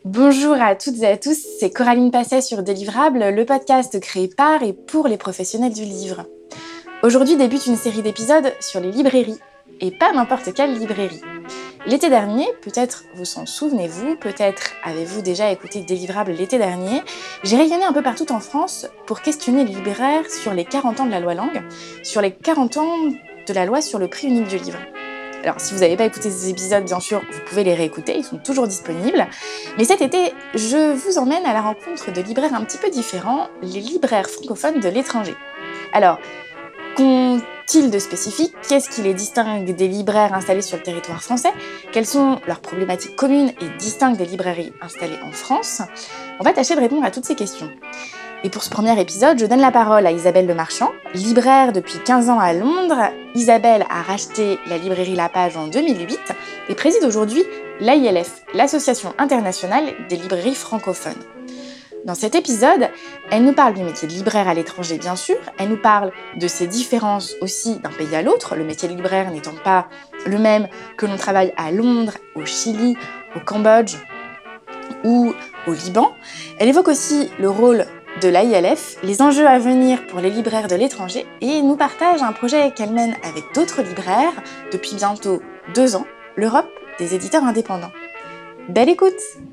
Bonjour à toutes et à tous, c'est Coraline Passet sur Délivrable, le podcast créé par et pour les professionnels du livre. Aujourd'hui débute une série d'épisodes sur les librairies, et pas n'importe quelle librairie. L'été dernier, peut-être vous en souvenez-vous, peut-être avez-vous déjà écouté Délivrable l'été dernier, j'ai rayonné un peu partout en France pour questionner les libraires sur les 40 ans de la loi Langue, sur les 40 ans de la loi sur le prix unique du livre. Alors, si vous n'avez pas écouté ces épisodes, bien sûr, vous pouvez les réécouter, ils sont toujours disponibles. Mais cet été, je vous emmène à la rencontre de libraires un petit peu différents, les libraires francophones de l'étranger. Alors, qu'ont-ils de spécifique? Qu'est-ce qui les distingue des libraires installés sur le territoire français? Quelles sont leurs problématiques communes et distinctes des librairies installées en France? On va tâcher de répondre à toutes ces questions. Et pour ce premier épisode, je donne la parole à Isabelle Lemarchand, libraire depuis 15 ans à Londres. Isabelle a racheté la librairie La Page en 2008 et préside aujourd'hui l'AILF, l'Association internationale des librairies francophones. Dans cet épisode, elle nous parle du métier de libraire à l'étranger, bien sûr. Elle nous parle de ses différences aussi d'un pays à l'autre, le métier de libraire n'étant pas le même que l'on travaille à Londres, au Chili, au Cambodge ou au Liban. Elle évoque aussi le rôle de l'AILF, les enjeux à venir pour les libraires de l'étranger et nous partage un projet qu'elle mène avec d'autres libraires depuis bientôt 2 ans, l'Europe des éditeurs indépendants. Belle écoute!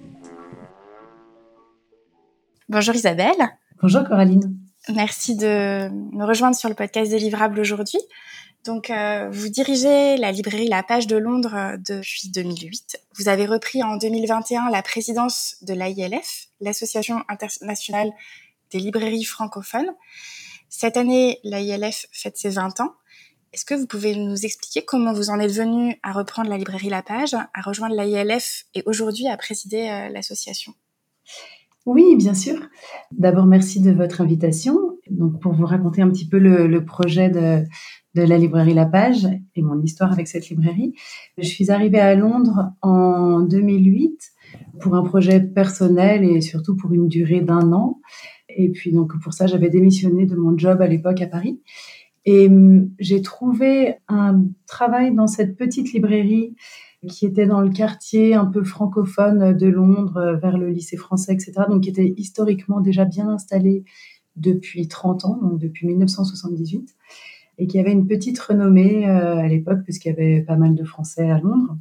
Bonjour Isabelle. Bonjour Coraline. Merci de me rejoindre sur le podcast Délivrable aujourd'hui. Donc, vous dirigez la librairie La Page de Londres depuis 2008. Vous avez repris en 2021 la présidence de l'AILF, l'Association internationale des librairies francophones. Cette année, l'AILF fête ses 20 ans. Est-ce que vous pouvez nous expliquer comment vous en êtes venu à reprendre la librairie La Page, à rejoindre l'AILF et aujourd'hui à présider l'association? Oui, bien sûr. D'abord, merci de votre invitation. Donc, pour vous raconter un petit peu le projet de la librairie La Page et mon histoire avec cette librairie, je suis arrivée à Londres en 2008 pour un projet personnel et surtout pour une durée d'1 an. Et puis, donc, pour ça, j'avais démissionné de mon job à l'époque à Paris. Et j'ai trouvé un travail dans cette petite librairie qui était dans le quartier un peu francophone de Londres, vers le lycée français, etc. Donc, qui était historiquement déjà bien installé depuis 30 ans, donc depuis 1978, et qui avait une petite renommée à l'époque, puisqu'il y avait pas mal de Français à Londres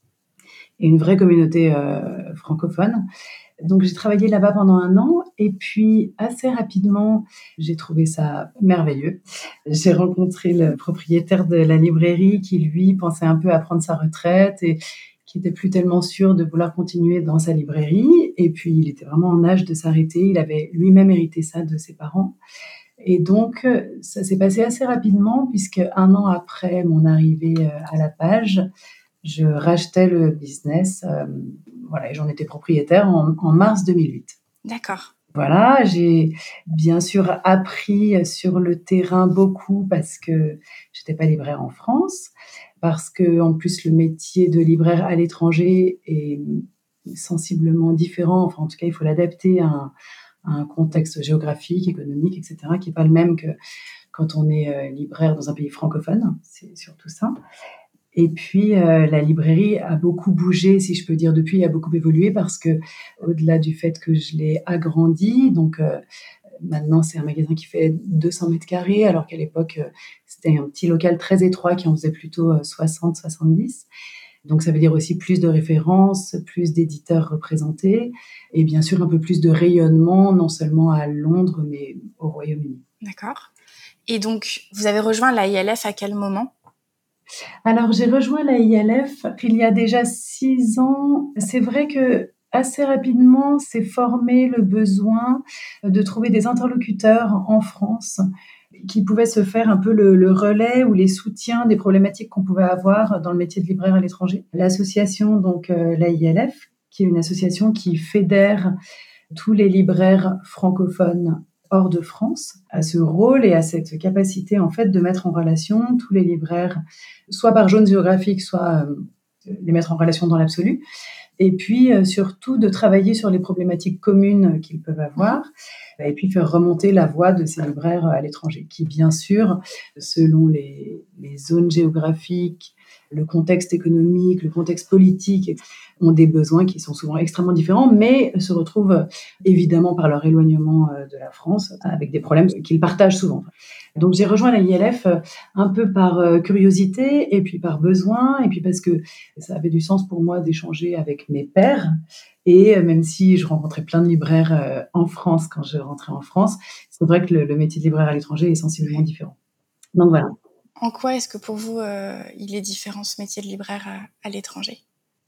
et une vraie communauté francophone. Donc, j'ai travaillé là-bas pendant 1 an et puis assez rapidement, j'ai trouvé ça merveilleux. J'ai rencontré le propriétaire de la librairie qui, lui, pensait un peu à prendre sa retraite et qui était plus tellement sûr de vouloir continuer dans sa librairie. Et puis, il était vraiment en âge de s'arrêter. Il avait lui-même hérité ça de ses parents. Et donc, ça s'est passé assez rapidement puisque 1 an après mon arrivée à La Page, je rachetais le business, voilà, et j'en étais propriétaire en mars 2008. D'accord. Voilà, j'ai bien sûr appris sur le terrain beaucoup parce que j'étais pas libraire en France, parce que en plus le métier de libraire à l'étranger est sensiblement différent. Enfin, en tout cas, il faut l'adapter à un contexte géographique, économique, etc., qui est pas le même que quand on est libraire dans un pays francophone. C'est surtout ça. Et puis, la librairie a beaucoup bougé, si je peux dire, depuis, a beaucoup évolué parce que, au-delà du fait que je l'ai agrandi, donc maintenant c'est un magasin qui fait 200 mètres carrés, alors qu'à l'époque, c'était un petit local très étroit qui en faisait plutôt 60-70. Donc ça veut dire aussi plus de références, plus d'éditeurs représentés et bien sûr un peu plus de rayonnement, non seulement à Londres, mais au Royaume-Uni. D'accord. Et donc, vous avez rejoint l'AILF à quel moment? Alors, j'ai rejoint la ILF il y a déjà 6 ans. C'est vrai que assez rapidement s'est formé le besoin de trouver des interlocuteurs en France qui pouvaient se faire un peu le relais ou les soutiens des problématiques qu'on pouvait avoir dans le métier de libraire à l'étranger. L'association, donc la ILF, qui est une association qui fédère tous les libraires francophones hors de France, a ce rôle et a cette capacité en fait de mettre en relation tous les libraires, soit par zone géographique, soit les mettre en relation dans l'absolu. Et puis surtout de travailler sur les problématiques communes qu'ils peuvent avoir et puis faire remonter la voix de ces libraires à l'étranger qui, bien sûr, selon les zones géographiques, le contexte économique, le contexte politique ont des besoins qui sont souvent extrêmement différents, mais se retrouvent évidemment par leur éloignement de la France, avec des problèmes qu'ils partagent souvent. Donc j'ai rejoint la ILF un peu par curiosité et puis par besoin, et puis parce que ça avait du sens pour moi d'échanger avec mes pairs. Et même si je rencontrais plein de libraires en France quand je rentrais en France, c'est vrai que le métier de libraire à l'étranger est sensiblement différent. Donc voilà. En quoi est-ce que pour vous, il est différent ce métier de libraire à l'étranger ?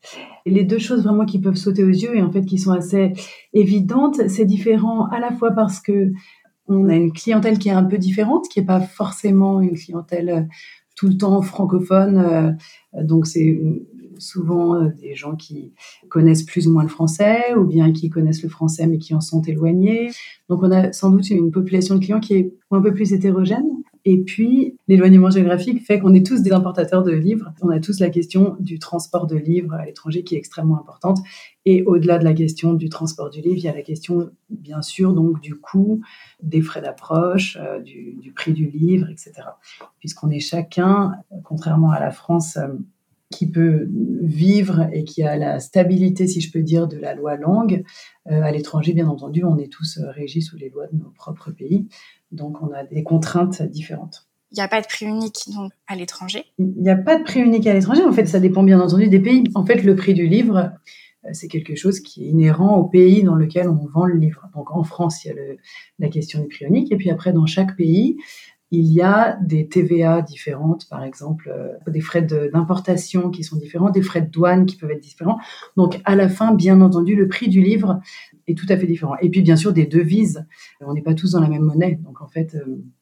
Et les deux choses vraiment qui peuvent sauter aux yeux et en fait qui sont assez évidentes, c'est différent à la fois parce que on a une clientèle qui est un peu différente, qui n'est pas forcément une clientèle tout le temps francophone. Donc c'est souvent des gens qui connaissent plus ou moins le français ou bien qui connaissent le français mais qui en sont éloignés. Donc on a sans doute une population de clients qui est un peu plus hétérogène. Et puis, l'éloignement géographique fait qu'on est tous des importateurs de livres. On a tous la question du transport de livres à l'étranger qui est extrêmement importante. Et au-delà de la question du transport du livre, il y a la question, bien sûr, donc du coût, des frais d'approche, du prix du livre, etc. Puisqu'on est chacun, contrairement à la France, qui peut vivre et qui a la stabilité, si je peux dire, de la loi langue. À l'étranger, bien entendu, on est tous régis sous les lois de nos propres pays. Donc, on a des contraintes différentes. Il n'y a pas de prix unique donc, à l'étranger ? Il n'y a pas de prix unique à l'étranger. En fait, ça dépend bien entendu des pays. En fait, le prix du livre, c'est quelque chose qui est inhérent au pays dans lequel on vend le livre. Donc, en France, il y a la question du prix unique. Et puis après, dans chaque pays, il y a des TVA différentes, par exemple, des frais d'importation qui sont différents, des frais de douane qui peuvent être différents. Donc, à la fin, bien entendu, le prix du livre est tout à fait différent. Et puis, bien sûr, des devises. On n'est pas tous dans la même monnaie. Donc, en fait,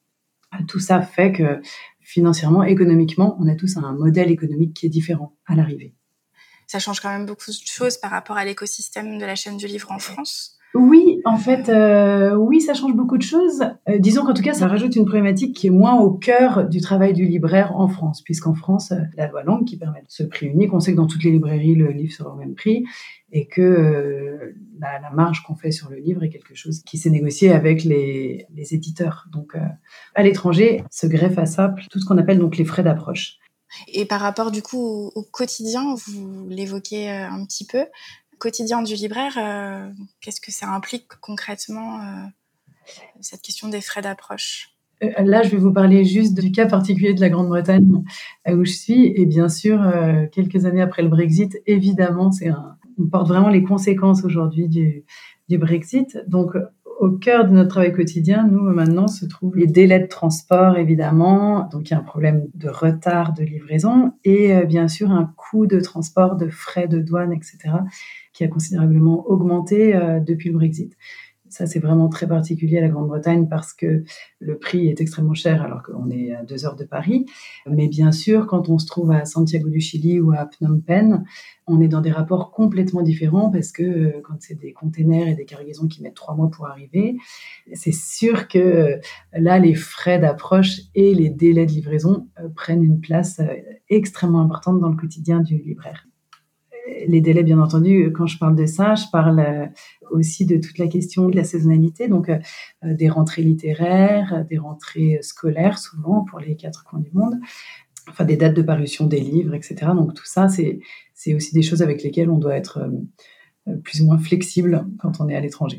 tout ça fait que financièrement, économiquement, on a tous un modèle économique qui est différent à l'arrivée. Ça change quand même beaucoup de choses par rapport à l'écosystème de la chaîne du livre en France ? Oui, en fait, oui, ça change beaucoup de choses. Disons qu'en tout cas, ça rajoute une problématique qui est moins au cœur du travail du libraire en France, puisqu'en France, la loi langue qui permet ce prix unique, on sait que dans toutes les librairies, le livre sera au même prix et que la marge qu'on fait sur le livre est quelque chose qui s'est négocié avec les éditeurs. Donc, à l'étranger, se greffe à ça tout ce qu'on appelle donc les frais d'approche. Et par rapport du coup au quotidien, vous l'évoquez un petit peu, quotidien du libraire, qu'est-ce que ça implique concrètement, cette question des frais d'approche ? Là, je vais vous parler juste du cas particulier de la Grande-Bretagne où je suis. Et bien sûr, quelques années après le Brexit, évidemment, on porte vraiment les conséquences aujourd'hui du Brexit. Donc, au cœur de notre travail quotidien, nous, maintenant, se trouvent les délais de transport, évidemment. Donc, il y a un problème de retard de livraison et bien sûr, un coût de transport, de frais de douane, etc., qui a considérablement augmenté depuis le Brexit. Ça, c'est vraiment très particulier à la Grande-Bretagne parce que le prix est extrêmement cher alors qu'on est à 2 heures de Paris. Mais bien sûr, quand on se trouve à Santiago du Chili ou à Phnom Penh, on est dans des rapports complètement différents parce que quand c'est des containers et des cargaisons qui mettent 3 mois pour arriver, c'est sûr que là, les frais d'approche et les délais de livraison prennent une place extrêmement importante dans le quotidien du libraire. Les délais, bien entendu, quand je parle de ça, je parle aussi de toute la question de la saisonnalité, donc des rentrées littéraires, des rentrées scolaires, souvent pour les 4 coins du monde, enfin des dates de parution des livres, etc. Donc tout ça, c'est aussi des choses avec lesquelles on doit être plus ou moins flexible quand on est à l'étranger.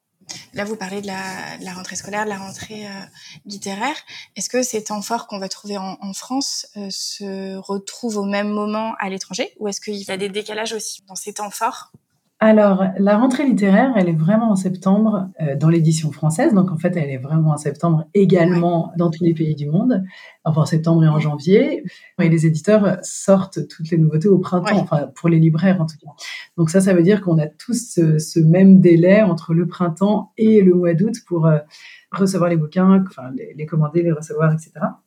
Là, vous parlez de la rentrée scolaire, de la rentrée littéraire. Est-ce que ces temps forts qu'on va trouver en France se retrouvent au même moment à l'étranger, ou est-ce qu'il y a des décalages aussi dans ces temps forts ? Alors, la rentrée littéraire, elle est vraiment en septembre dans l'édition française. Donc, en fait, elle est vraiment en septembre également dans tous les pays du monde. Enfin, en septembre et en janvier. Et les éditeurs sortent toutes les nouveautés au printemps, enfin, pour les libraires en tout cas. Donc ça veut dire qu'on a tous ce même délai entre le printemps et le mois d'août pour recevoir les bouquins, enfin, les commander, les recevoir, etc.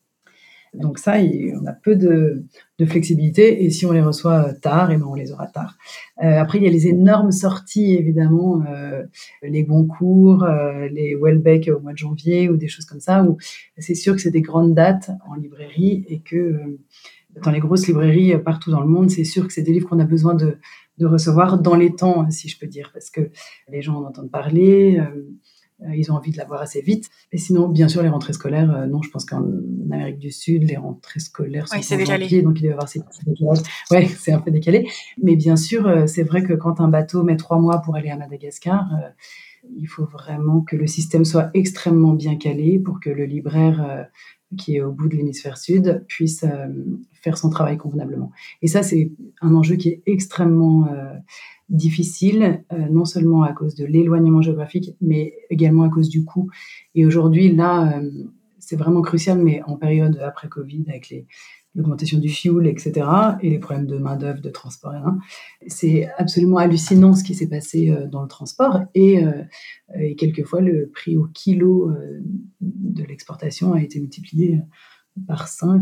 Donc ça, on a peu de flexibilité et si on les reçoit tard, on les aura tard. Après, il y a les énormes sorties, évidemment, les Goncourt, les Welbeck au mois de janvier ou des choses comme ça, où c'est sûr que c'est des grandes dates en librairie et que dans les grosses librairies partout dans le monde, c'est sûr que c'est des livres qu'on a besoin de recevoir dans les temps, si je peux dire, parce que les gens en entendent parler. Ils ont envie de l'avoir assez vite. Et sinon, bien sûr, les rentrées scolaires, non, je pense qu'en Amérique du Sud, les rentrées scolaires sont c'est en décalé. janvier, donc il doit y avoir ces petits décalages. Ouais, c'est un peu décalé. Mais bien sûr, c'est vrai que quand un bateau met 3 mois pour aller à Madagascar, il faut vraiment que le système soit extrêmement bien calé pour que le libraire qui est au bout de l'hémisphère sud puisse faire son travail convenablement. Et ça, c'est un enjeu qui est extrêmement difficile, non seulement à cause de l'éloignement géographique, mais également à cause du coût. Et aujourd'hui, là, c'est vraiment crucial, mais en période après Covid, avec l'augmentation du fuel, etc., et les problèmes de main-d'œuvre, de transport, c'est absolument hallucinant ce qui s'est passé dans le transport. Et quelquefois, le prix au kilo de l'exportation a été multiplié par 5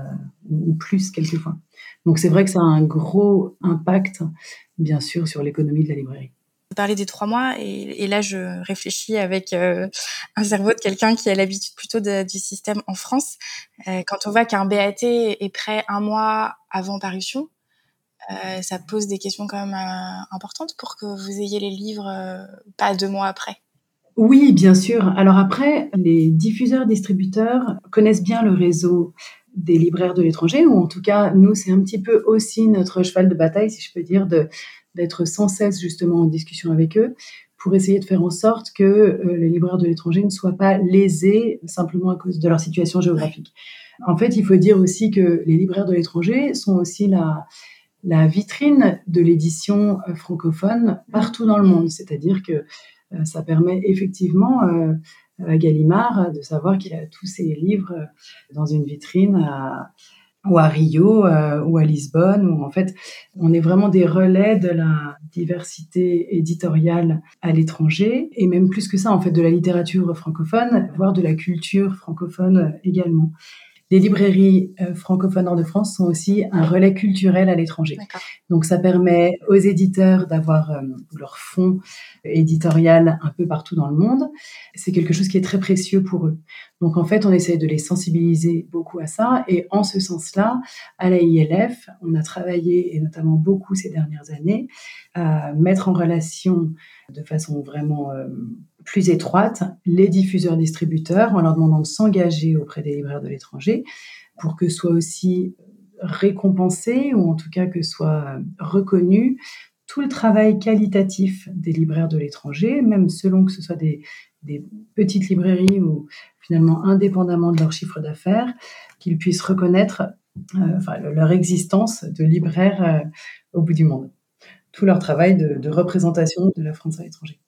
ou plus quelquefois. Donc c'est vrai que ça a un gros impact, bien sûr, sur l'économie de la librairie. Vous parlez des 3 mois et là je réfléchis avec un cerveau de quelqu'un qui a l'habitude plutôt du système en France. Quand on voit qu'un BAT est prêt 1 mois avant parution, ça pose des questions quand même importantes pour que vous ayez les livres pas 2 mois après. Oui, bien sûr. Alors après, les diffuseurs-distributeurs connaissent bien le réseau des libraires de l'étranger, ou en tout cas, nous, c'est un petit peu aussi notre cheval de bataille, si je peux dire, d'être sans cesse justement en discussion avec eux pour essayer de faire en sorte que les libraires de l'étranger ne soient pas lésés simplement à cause de leur situation géographique. En fait, il faut dire aussi que les libraires de l'étranger sont aussi la vitrine de l'édition francophone partout dans le monde. C'est-à-dire que ça permet effectivement à Gallimard de savoir qu'il a tous ses livres dans une vitrine ou à Rio ou à Lisbonne, où en fait on est vraiment des relais de la diversité éditoriale à l'étranger, et même plus que ça, en fait, de la littérature francophone, voire de la culture francophone également. Les librairies francophones hors de France sont aussi un relais culturel à l'étranger. D'accord. Donc ça permet aux éditeurs d'avoir leur fonds éditorial un peu partout dans le monde. C'est quelque chose qui est très précieux pour eux. Donc en fait, on essaie de les sensibiliser beaucoup à ça. Et en ce sens-là, à la ILF, on a travaillé, et notamment beaucoup ces dernières années, à mettre en relation de façon vraiment plus étroite les diffuseurs-distributeurs en leur demandant de s'engager auprès des libraires de l'étranger pour que soit aussi récompensé, ou en tout cas que soit reconnu tout le travail qualitatif des libraires de l'étranger, même selon que ce soit des petites librairies ou finalement indépendamment de leur chiffre d'affaires, qu'ils puissent reconnaître leur existence de libraires au bout du monde. Tout leur travail de représentation de la France à l'étranger.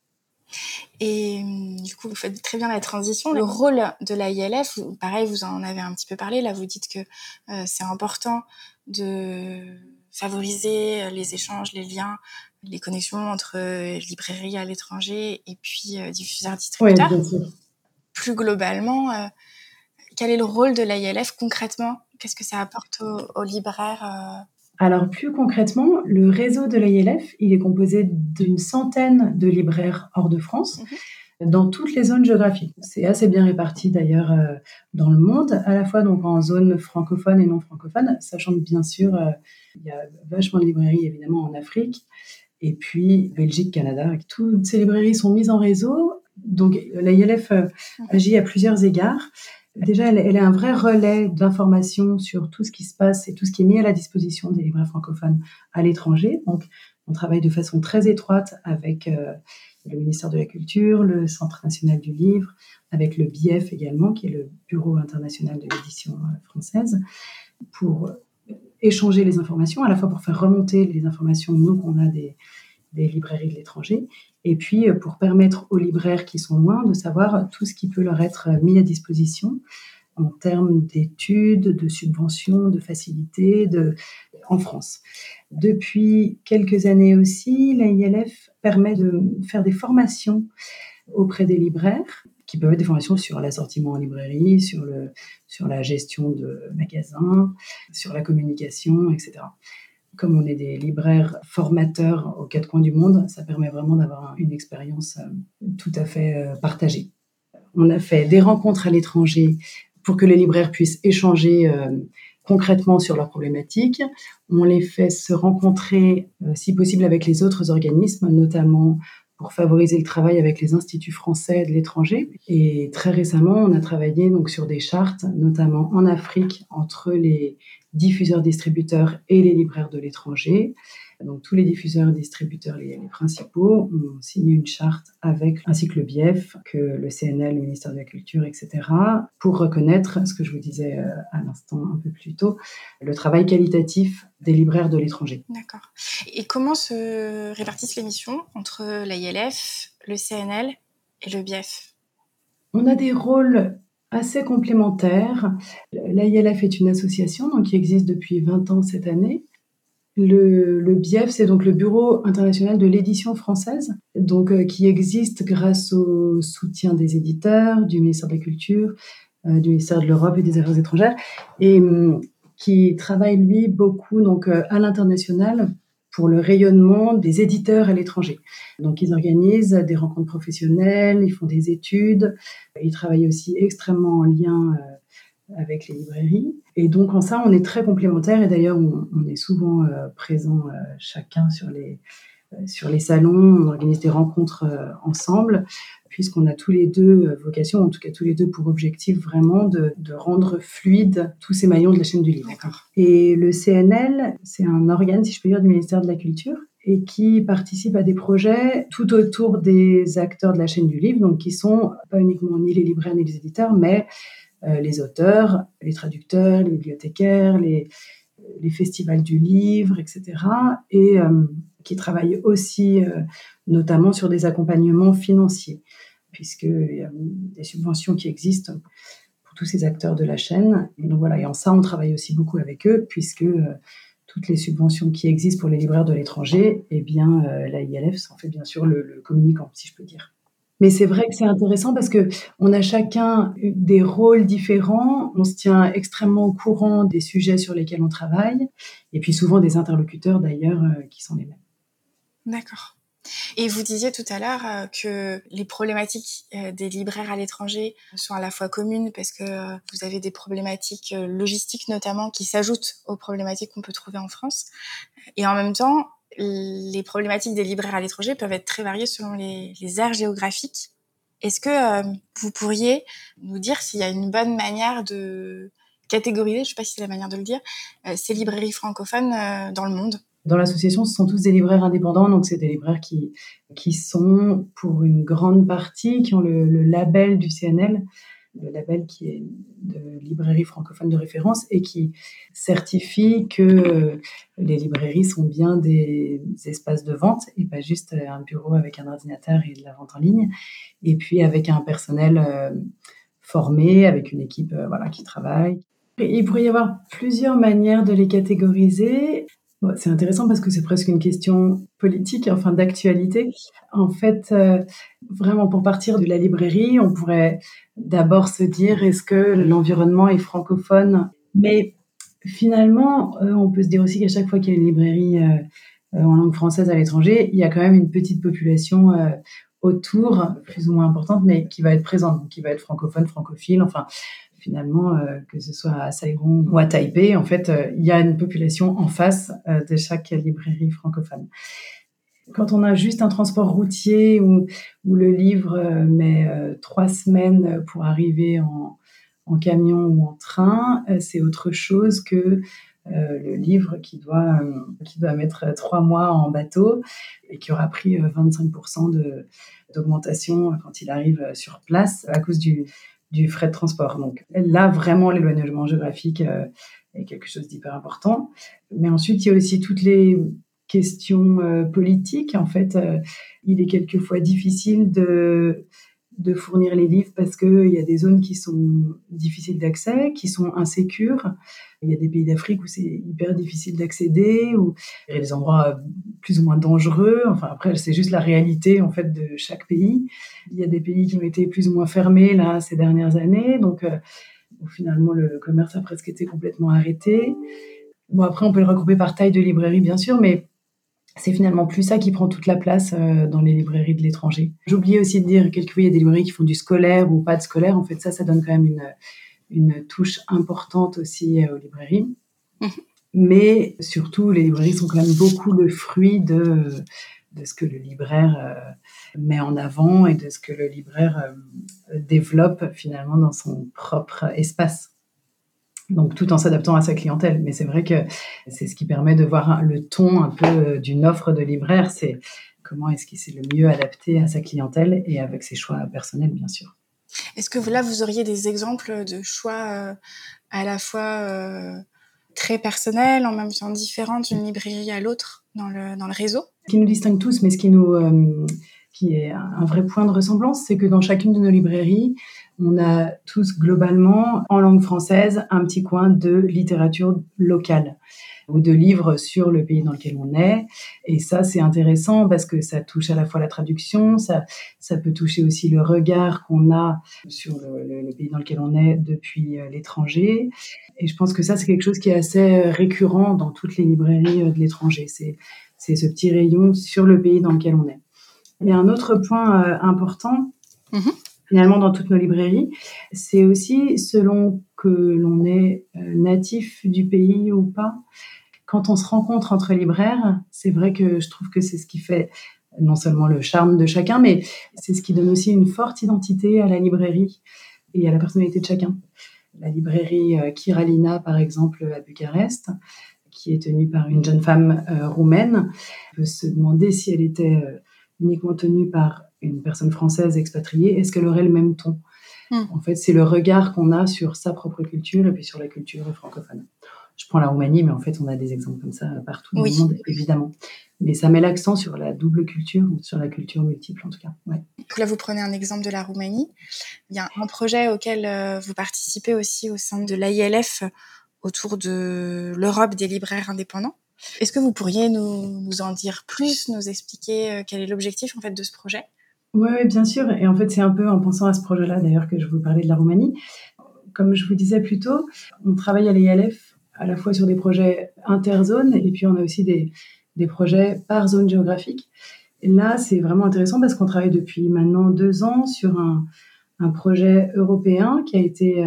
Et du coup, vous faites très bien la transition. Le rôle de la ILF, pareil, vous en avez un petit peu parlé. Là, vous dites que c'est important de favoriser les échanges, les liens, les connexions entre librairies à l'étranger et puis diffuseurs-distributeurs. Oui, bien sûr. Plus globalement, quel est le rôle de la ILF concrètement ? Qu'est-ce que ça apporte aux libraires Alors, plus concrètement, le réseau de l'ILF, il est composé d'une centaine de libraires hors de France, dans toutes les zones géographiques. C'est assez bien réparti d'ailleurs dans le monde, à la fois donc en zone francophone et non francophone, sachant que bien sûr, il y a vachement de librairies évidemment en Afrique, et puis Belgique, Canada. Toutes ces librairies sont mises en réseau, donc l'ILF agit à plusieurs égards. Déjà, elle est un vrai relais d'information sur tout ce qui se passe et tout ce qui est mis à la disposition des libraires francophones à l'étranger. Donc, on travaille de façon très étroite avec le ministère de la Culture, le Centre national du livre, avec le BIEF également, qui est le Bureau international de l'édition française, pour échanger les informations, à la fois pour faire remonter les informations, nous, qu'on a des librairies de l'étranger, et puis pour permettre aux libraires qui sont loin de savoir tout ce qui peut leur être mis à disposition en termes d'études, de subventions, de facilités en France. Depuis quelques années aussi, la ILF permet de faire des formations auprès des libraires, qui peuvent être des formations sur l'assortiment en librairie, sur la gestion de magasins, sur la communication, etc. Comme on est des libraires formateurs aux quatre coins du monde, ça permet vraiment d'avoir une expérience tout à fait partagée. On a fait des rencontres à l'étranger pour que les libraires puissent échanger concrètement sur leurs problématiques. On les fait se rencontrer, si possible, avec les autres organismes, notamment pour favoriser le travail avec les instituts français de l'étranger. Et très récemment, on a travaillé donc sur des chartes, notamment en Afrique, entre les diffuseurs, distributeurs et les libraires de l'étranger. Donc tous les diffuseurs, distributeurs, les principaux, ont signé une charte avec ainsi que le BIEF, que le CNL, le ministère de la Culture, etc., pour reconnaître, ce que je vous disais à l'instant un peu plus tôt, le travail qualitatif des libraires de l'étranger. D'accord. Et comment se répartissent les missions entre l'AILF, le CNL et le BIEF ? On a des rôles assez complémentaires. L'AILF est une association donc, qui existe depuis 20 ans cette année. Le BIEF, c'est donc le Bureau international de l'édition française, donc, qui existe grâce au soutien des éditeurs, du ministère de la Culture, du ministère de l'Europe et des Affaires étrangères, et qui travaille, lui, beaucoup donc, à l'international pour le rayonnement des éditeurs à l'étranger. Donc, ils organisent des rencontres professionnelles, ils font des études, ils travaillent aussi extrêmement en lien avec les librairies. Et donc, en ça, on est très complémentaires. Et d'ailleurs, on est souvent présents chacun sur les salons. On organise des rencontres ensemble, puisqu'on a tous les deux vocation, en tout cas tous les deux pour objectif vraiment de rendre fluide tous ces maillons de la chaîne du livre. D'accord. Et le CNL, c'est un organe, si je peux dire, du ministère de la Culture et qui participe à des projets tout autour des acteurs de la chaîne du livre, donc qui sont pas uniquement ni les libraires ni les éditeurs, mais les auteurs, les traducteurs, les bibliothécaires, les festivals du livre, etc. Et qui travaillent aussi notamment sur des accompagnements financiers, puisqu'il y a des subventions qui existent pour tous ces acteurs de la chaîne. Et donc voilà, et en ça, on travaille aussi beaucoup avec eux, puisque toutes les subventions qui existent pour les libraires de l'étranger, eh bien, l'AILF s'en fait bien sûr le communicant, si je peux dire. Mais c'est vrai que c'est intéressant parce qu'on a chacun des rôles différents, on se tient extrêmement au courant des sujets sur lesquels on travaille, et puis souvent des interlocuteurs d'ailleurs qui sont les mêmes. D'accord. Et vous disiez tout à l'heure que les problématiques des libraires à l'étranger sont à la fois communes parce que vous avez des problématiques logistiques notamment qui s'ajoutent aux problématiques qu'on peut trouver en France. Et en même temps, les problématiques des libraires à l'étranger peuvent être très variées selon les aires géographiques. Est-ce que vous pourriez nous dire s'il y a une bonne manière de catégoriser, je ne sais pas si c'est la manière de le dire, ces librairies francophones dans le monde ? Dans l'association, ce sont tous des libraires indépendants, donc c'est des libraires qui sont, pour une grande partie, qui ont le label du CNL, le label qui est de librairie francophone de référence et qui certifie que les librairies sont bien des espaces de vente et pas juste un bureau avec un ordinateur et de la vente en ligne, et puis avec un personnel formé, avec une équipe qui travaille. Et il pourrait y avoir plusieurs manières de les catégoriser. Bon, c'est intéressant parce que c'est presque une question politique, enfin d'actualité. En fait, vraiment pour partir de la librairie, on pourrait d'abord se dire est-ce que l'environnement est francophone ? Mais finalement, on peut se dire aussi qu'à chaque fois qu'il y a une librairie en langue française à l'étranger, il y a quand même une petite population autour, plus ou moins importante, mais qui va être présente, donc qui va être francophone, francophile, enfin finalement, que ce soit à Saigon ou à Taipei, en fait, il y a une population en face de chaque librairie francophone. Quand on a juste un transport routier où le livre met 3 semaines pour arriver en camion ou en train, c'est autre chose que le livre qui doit mettre 3 mois en bateau et qui aura pris 25% d'augmentation quand il arrive sur place à cause du frais de transport. Donc là, vraiment, l'éloignement géographique est quelque chose d'hyper important. Mais ensuite, il y a aussi toutes les questions politiques. En fait, il est quelquefois difficile de fournir les livres parce qu'il y a des zones qui sont difficiles d'accès, qui sont insécures. Il y a des pays d'Afrique où c'est hyper difficile d'accéder, où il y a des endroits plus ou moins dangereux. Enfin, après, c'est juste la réalité en fait de chaque pays. Il y a des pays qui ont été plus ou moins fermés là ces dernières années, donc où finalement le commerce a presque été complètement arrêté. Bon, après, on peut le regrouper par taille de librairie, bien sûr, mais c'est finalement plus ça qui prend toute la place dans les librairies de l'étranger. J'oubliais aussi de dire, quelquefois, il y a des librairies qui font du scolaire ou pas de scolaire. En fait, ça donne quand même une touche importante aussi aux librairies. Mais surtout, les librairies sont quand même beaucoup le fruit de de ce que le libraire met en avant et de ce que le libraire développe finalement dans son propre espace. Donc, tout en s'adaptant à sa clientèle. Mais c'est vrai que c'est ce qui permet de voir le ton un peu d'une offre de libraire. C'est comment est-ce qu'il s'est le mieux adapté à sa clientèle et avec ses choix personnels, bien sûr. Est-ce que là, vous auriez des exemples de choix à la fois très personnels, en même temps différents d'une librairie à l'autre dans le réseau? Ce qui nous distingue tous, mais qui est un vrai point de ressemblance, c'est que dans chacune de nos librairies, on a tous globalement, en langue française, un petit coin de littérature locale ou de livres sur le pays dans lequel on est. Et ça, c'est intéressant parce que ça touche à la fois la traduction, ça peut toucher aussi le regard qu'on a sur le pays dans lequel on est depuis l'étranger. Et je pense que ça, c'est quelque chose qui est assez récurrent dans toutes les librairies de l'étranger. C'est ce petit rayon sur le pays dans lequel on est. Il y a un autre point important, finalement, dans toutes nos librairies, c'est aussi selon que l'on est natif du pays ou pas. Quand on se rencontre entre libraires, c'est vrai que je trouve que c'est ce qui fait non seulement le charme de chacun, mais c'est ce qui donne aussi une forte identité à la librairie et à la personnalité de chacun. La librairie Kiralina, par exemple, à Bucarest, qui est tenue par une jeune femme roumaine, on peut se demander si elle était uniquement tenue par une personne française expatriée, est-ce qu'elle aurait le même ton ? En fait, c'est le regard qu'on a sur sa propre culture et puis sur la culture francophone. Je prends la Roumanie, mais en fait, on a des exemples comme ça partout dans le monde, évidemment. Mais ça met l'accent sur la double culture, ou sur la culture multiple, en tout cas. Ouais. Là, vous prenez un exemple de la Roumanie. Il y a un projet auquel vous participez aussi au sein de l'AILF autour de l'Europe des libraires indépendants. Est-ce que vous pourriez nous en dire plus, nous expliquer quel est l'objectif en fait de ce projet ? Oui, bien sûr. Et en fait, c'est un peu en pensant à ce projet-là, d'ailleurs, que je vous parlais de la Roumanie. Comme je vous disais plus tôt, on travaille à l'AILF à la fois sur des projets interzones et puis on a aussi des projets par zone géographique. Et là, c'est vraiment intéressant parce qu'on travaille depuis maintenant 2 ans sur un projet européen qui a été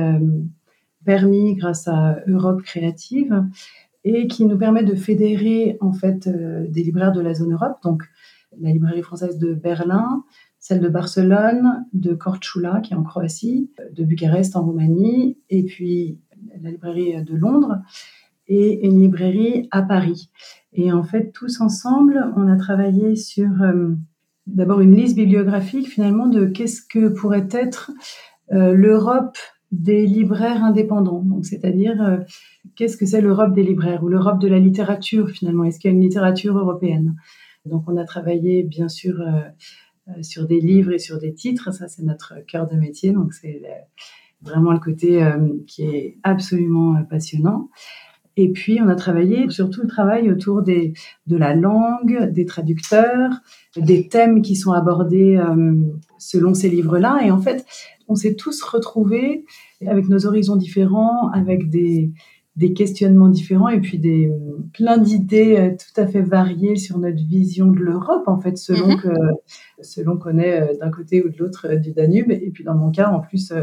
permis grâce à Europe Créative et qui nous permet de fédérer en fait des libraires de la zone Europe, donc la librairie française de Berlin, celle de Barcelone, de Corčula qui est en Croatie, de Bucarest en Roumanie, et puis la librairie de Londres et une librairie à Paris. Et en fait, tous ensemble, on a travaillé sur d'abord une liste bibliographique finalement de qu'est-ce que pourrait être l'Europe des libraires indépendants. Donc, c'est-à-dire, qu'est-ce que c'est l'Europe des libraires ou l'Europe de la littérature finalement ? Est-ce qu'il y a une littérature européenne ? Donc, on a travaillé bien sûr sur des livres et sur des titres. Ça, c'est notre cœur de métier. Donc, c'est vraiment le côté qui est absolument passionnant. Et puis, on a travaillé sur tout le travail autour de la langue, des traducteurs, des thèmes qui sont abordés selon ces livres-là. Et en fait, on s'est tous retrouvés avec nos horizons différents, avec des questionnements différents et puis plein d'idées tout à fait variées sur notre vision de l'Europe, en fait, selon qu'on est d'un côté ou de l'autre du Danube. Et puis, dans mon cas, en plus,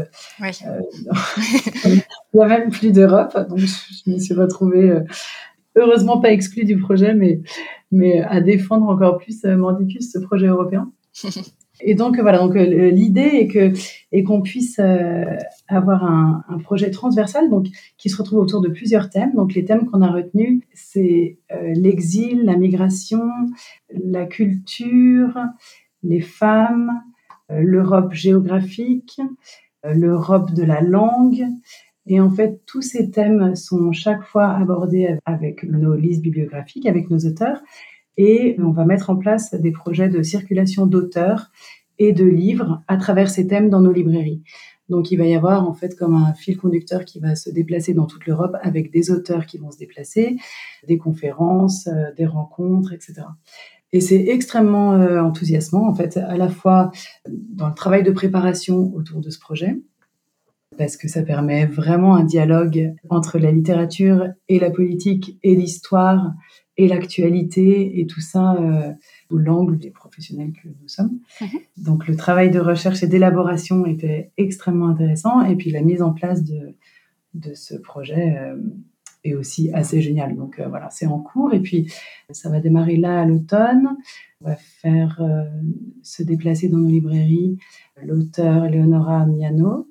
il n'y a même plus d'Europe. Donc, je me suis retrouvée, heureusement pas exclue du projet, mais à défendre encore plus mordicus ce projet européen. Et donc, voilà, donc, l'idée est qu'on puisse avoir un projet transversal donc, qui se retrouve autour de plusieurs thèmes. Donc, les thèmes qu'on a retenus, c'est l'exil, la migration, la culture, les femmes, l'Europe géographique, l'Europe de la langue. Et en fait, tous ces thèmes sont chaque fois abordés avec nos listes bibliographiques, avec nos auteurs. Et on va mettre en place des projets de circulation d'auteurs et de livres à travers ces thèmes dans nos librairies. Donc, il va y avoir en fait comme un fil conducteur qui va se déplacer dans toute l'Europe avec des auteurs qui vont se déplacer, des conférences, des rencontres, etc. Et c'est extrêmement enthousiasmant, en fait, à la fois dans le travail de préparation autour de ce projet, parce que ça permet vraiment un dialogue entre la littérature et la politique et l'histoire et l'actualité et tout ça sous l'angle des professionnels que nous sommes. Donc le travail de recherche et d'élaboration était extrêmement intéressant et puis la mise en place de ce projet est aussi assez génial. Donc voilà, c'est en cours. Et puis, ça va démarrer là à l'automne. On va faire se déplacer dans nos librairies l'auteur Eleonora Miano.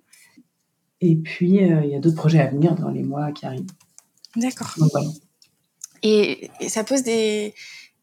Et puis, il y a d'autres projets à venir dans les mois qui arrivent. D'accord. Donc voilà. Et ça pose des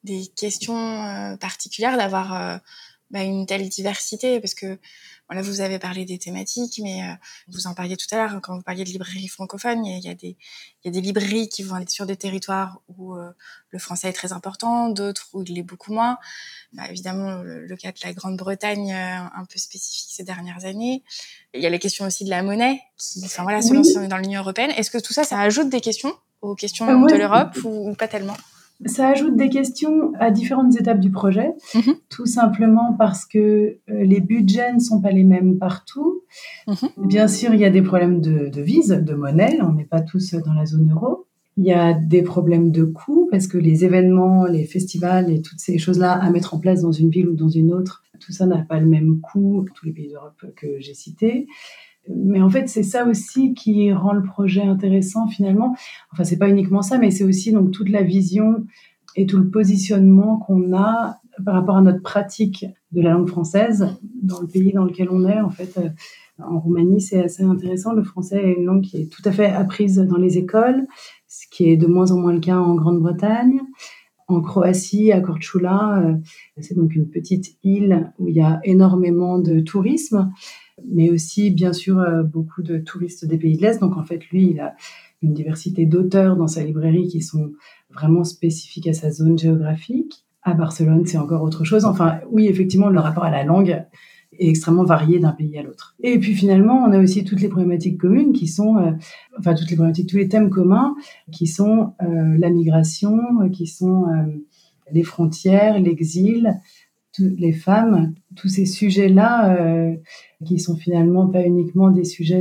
questions particulières d'avoir une telle diversité, parce que voilà, vous avez parlé des thématiques, mais vous en parliez tout à l'heure quand vous parliez de librairies francophones. Il y a des librairies qui vont être sur des territoires où le français est très important, d'autres où il l'est beaucoup moins. Évidemment, le cas de la Grande-Bretagne, un peu spécifique ces dernières années. Il y a les questions aussi de la monnaie, selon si on est dans l'Union européenne. Est-ce que tout ça, ça ajoute des questions aux questions de l'Europe ou pas tellement ? Ça ajoute des questions à différentes étapes du projet, tout simplement parce que les budgets ne sont pas les mêmes partout. Bien sûr, il y a des problèmes de devise, de monnaie, on n'est pas tous dans la zone euro. Il y a des problèmes de coûts, parce que les événements, les festivals et toutes ces choses-là à mettre en place dans une ville ou dans une autre, tout ça n'a pas le même coût, tous les pays d'Europe que j'ai cités. Mais en fait, c'est ça aussi qui rend le projet intéressant finalement. Enfin, c'est pas uniquement ça, mais c'est aussi donc toute la vision et tout le positionnement qu'on a par rapport à notre pratique de la langue française dans le pays dans lequel on est. En fait, en Roumanie, c'est assez intéressant. Le français est une langue qui est tout à fait apprise dans les écoles, ce qui est de moins en moins le cas en Grande-Bretagne. En Croatie, à Korčula, c'est donc une petite île où il y a énormément de tourisme, mais aussi, bien sûr, beaucoup de touristes des pays de l'Est. Donc, en fait, lui, il a une diversité d'auteurs dans sa librairie qui sont vraiment spécifiques à sa zone géographique. À Barcelone, c'est encore autre chose. Enfin, oui, effectivement, le rapport à la langue est extrêmement varié d'un pays à l'autre. Et puis, finalement, on a aussi toutes les problématiques communes qui sont... toutes les problématiques, tous les thèmes communs qui sont la migration, qui sont les frontières, l'exil, les femmes, tous ces sujets-là qui sont finalement pas uniquement des sujets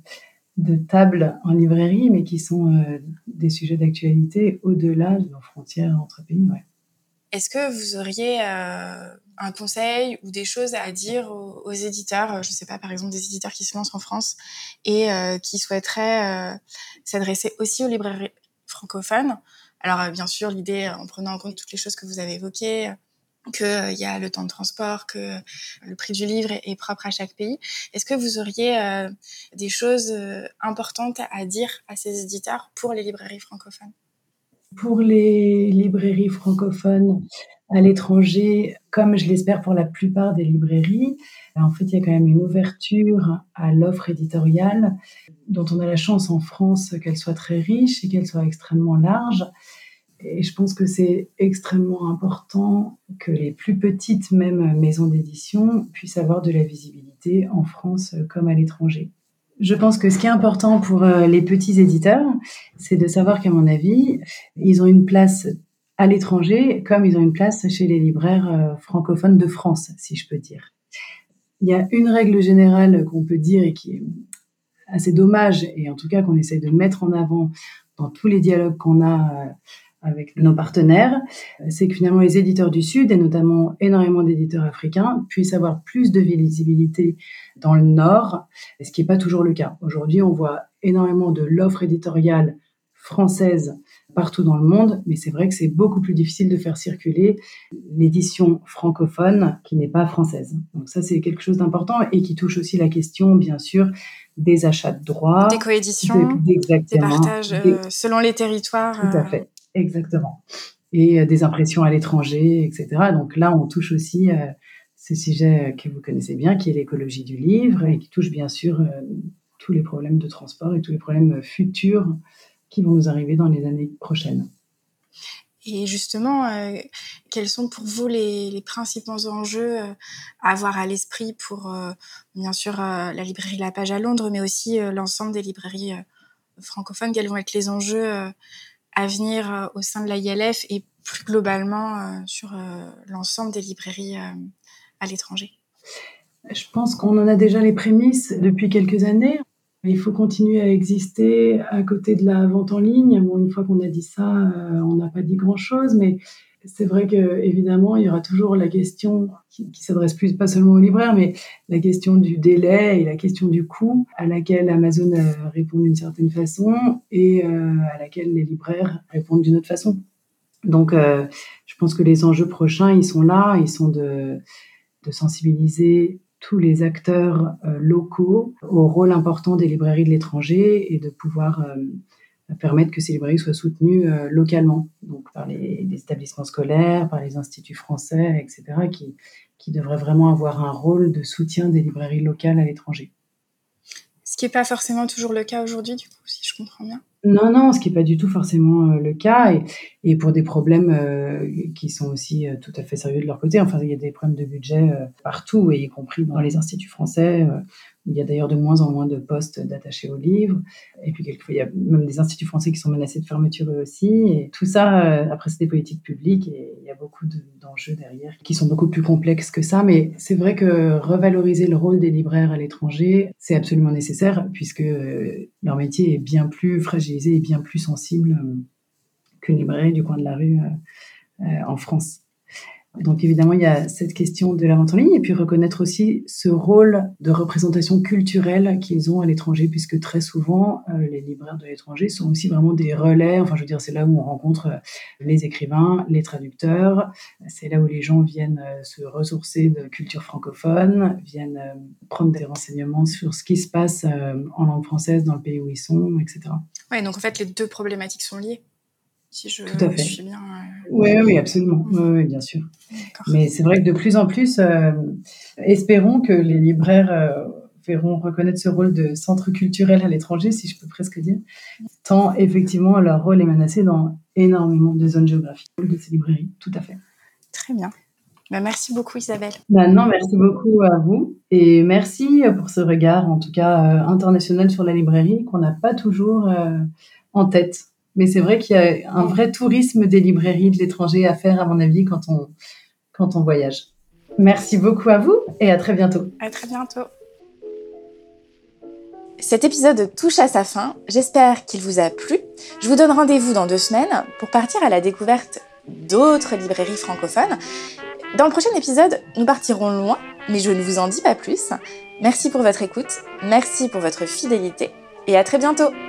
de table en librairie, mais qui sont des sujets d'actualité au-delà de nos frontières entre pays. Ouais. Est-ce que vous auriez un conseil ou des choses à dire aux éditeurs, je ne sais pas, par exemple des éditeurs qui se lancent en France et qui souhaiteraient s'adresser aussi aux librairies francophones? Alors bien sûr, l'idée, en prenant en compte toutes les choses que vous avez évoquées, qu'il y a le temps de transport, que le prix du livre est propre à chaque pays. Est-ce que vous auriez des choses importantes à dire à ces éditeurs pour les librairies francophones ? Pour les librairies francophones à l'étranger, comme je l'espère pour la plupart des librairies, en fait, il y a quand même une ouverture à l'offre éditoriale dont on a la chance en France qu'elle soit très riche et qu'elle soit extrêmement large. Et je pense que c'est extrêmement important que les plus petites, même maisons d'édition, puissent avoir de la visibilité en France comme à l'étranger. Je pense que ce qui est important pour les petits éditeurs, c'est de savoir qu'à mon avis, ils ont une place à l'étranger comme ils ont une place chez les libraires francophones de France, si je peux dire. Il y a une règle générale qu'on peut dire et qui est assez dommage, et en tout cas qu'on essaie de mettre en avant dans tous les dialogues qu'on a avec nos partenaires, c'est que finalement les éditeurs du Sud, et notamment énormément d'éditeurs africains, puissent avoir plus de visibilité dans le Nord, ce qui n'est pas toujours le cas. Aujourd'hui, on voit énormément de l'offre éditoriale française partout dans le monde, mais c'est vrai que c'est beaucoup plus difficile de faire circuler l'édition francophone qui n'est pas française. Donc ça, c'est quelque chose d'important et qui touche aussi la question, bien sûr, des achats de droits. Des coéditions, des partages selon les territoires. Tout à fait. Exactement. Et des impressions à l'étranger, etc. Donc là, on touche aussi ce sujet que vous connaissez bien, qui est l'écologie du livre, et qui touche bien sûr tous les problèmes de transport et tous les problèmes futurs qui vont nous arriver dans les années prochaines. Et justement, quels sont pour vous les principaux enjeux à avoir à l'esprit pour, bien sûr, la librairie La Page à Londres, mais aussi l'ensemble des librairies francophones? Quels vont être les enjeux à venir au sein de la ILF et plus globalement sur l'ensemble des librairies à l'étranger? Je pense qu'on en a déjà les prémices depuis quelques années. Il faut continuer à exister à côté de la vente en ligne. Bon, une fois qu'on a dit ça, on n'a pas dit grand-chose, mais c'est vrai qu'évidemment, il y aura toujours la question qui s'adresse pas seulement aux libraires, mais la question du délai et la question du coût à laquelle Amazon répond d'une certaine façon et à laquelle les libraires répondent d'une autre façon. Donc, je pense que les enjeux prochains, ils sont là, ils sont de sensibiliser tous les acteurs locaux au rôle important des librairies de l'étranger et de pouvoir permettre que ces librairies soient soutenues localement, donc par les établissements scolaires, par les instituts français, etc., qui devraient vraiment avoir un rôle de soutien des librairies locales à l'étranger. Ce qui n'est pas forcément toujours le cas aujourd'hui, du coup, si je comprends bien. Non, ce qui n'est pas du tout forcément le cas, et pour des problèmes qui sont aussi tout à fait sérieux de leur côté. Enfin, il y a des problèmes de budget partout, et y compris dans les instituts français, où il y a d'ailleurs de moins en moins de postes d'attachés aux livres. Et puis, quelquefois, il y a même des instituts français qui sont menacés de fermeture eux aussi. Et tout ça, après, c'est des politiques publiques, et il y a beaucoup d'enjeux derrière qui sont beaucoup plus complexes que ça. Mais c'est vrai que revaloriser le rôle des libraires à l'étranger, c'est absolument nécessaire, puisque leur métier est bien plus fragilisé et bien plus sensible qu'une librairie du coin de la rue en France. Donc évidemment, il y a cette question de la vente en ligne, et puis reconnaître aussi ce rôle de représentation culturelle qu'ils ont à l'étranger, puisque très souvent, les libraires de l'étranger sont aussi vraiment des relais. Enfin, je veux dire, c'est là où on rencontre les écrivains, les traducteurs. C'est là où les gens viennent se ressourcer de culture francophone, viennent prendre des renseignements sur ce qui se passe en langue française dans le pays où ils sont, etc. Ouais, donc en fait, les deux problématiques sont liées. Si je Tout à fait. suis bien... Oui, absolument. Oui, bien sûr. D'accord. Mais c'est vrai que de plus en plus, espérons que les libraires verront reconnaître ce rôle de centre culturel à l'étranger, si je peux presque dire, tant effectivement leur rôle est menacé dans énormément de zones géographiques de ces librairies. Tout à fait. Très bien. Merci beaucoup, Isabelle. Non, merci beaucoup à vous, et merci pour ce regard, en tout cas international, sur la librairie, qu'on n'a pas toujours en tête. Mais c'est vrai qu'il y a un vrai tourisme des librairies de l'étranger à faire, à mon avis, quand on voyage. Merci beaucoup à vous, et à très bientôt. À très bientôt. Cet épisode touche à sa fin. J'espère qu'il vous a plu. Je vous donne rendez-vous dans 2 semaines pour partir à la découverte d'autres librairies francophones. Dans le prochain épisode, nous partirons loin, mais je ne vous en dis pas plus. Merci pour votre écoute, merci pour votre fidélité, et à très bientôt.